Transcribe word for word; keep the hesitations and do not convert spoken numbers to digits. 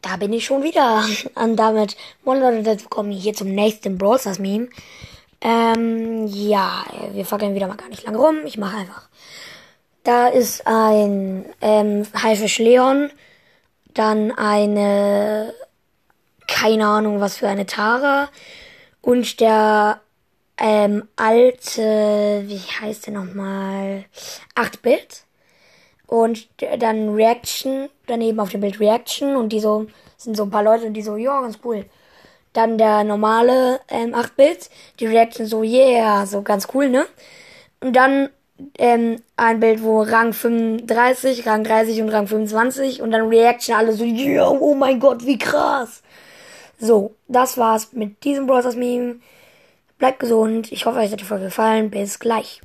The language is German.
Da bin ich schon wieder. Und damit, moin Leute, willkommen hier zum nächsten Brawl Stars Meme. Ähm, ja, wir fackeln wieder mal gar nicht lange rum. Ich mache einfach. Da ist ein ähm, Haifisch Leon, dann eine, keine Ahnung, was für eine Tara und der ähm, alte, wie heißt der nochmal, acht Bit. Und dann Reaction, daneben auf dem Bild Reaction und die so, sind so ein paar Leute und die so, ja, ganz cool. Dann der normale ähm, acht Bit, die Reaction so, yeah, so ganz cool, ne? Und dann ähm, ein Bild, wo Rang fünfunddreißig, Rang dreißig und Rang fünfundzwanzig und dann Reaction alle so, yeah, oh mein Gott, wie krass. So, das war's mit diesem Brawl Stars Meme. Bleibt gesund, ich hoffe, euch hat die Folge gefallen, bis gleich.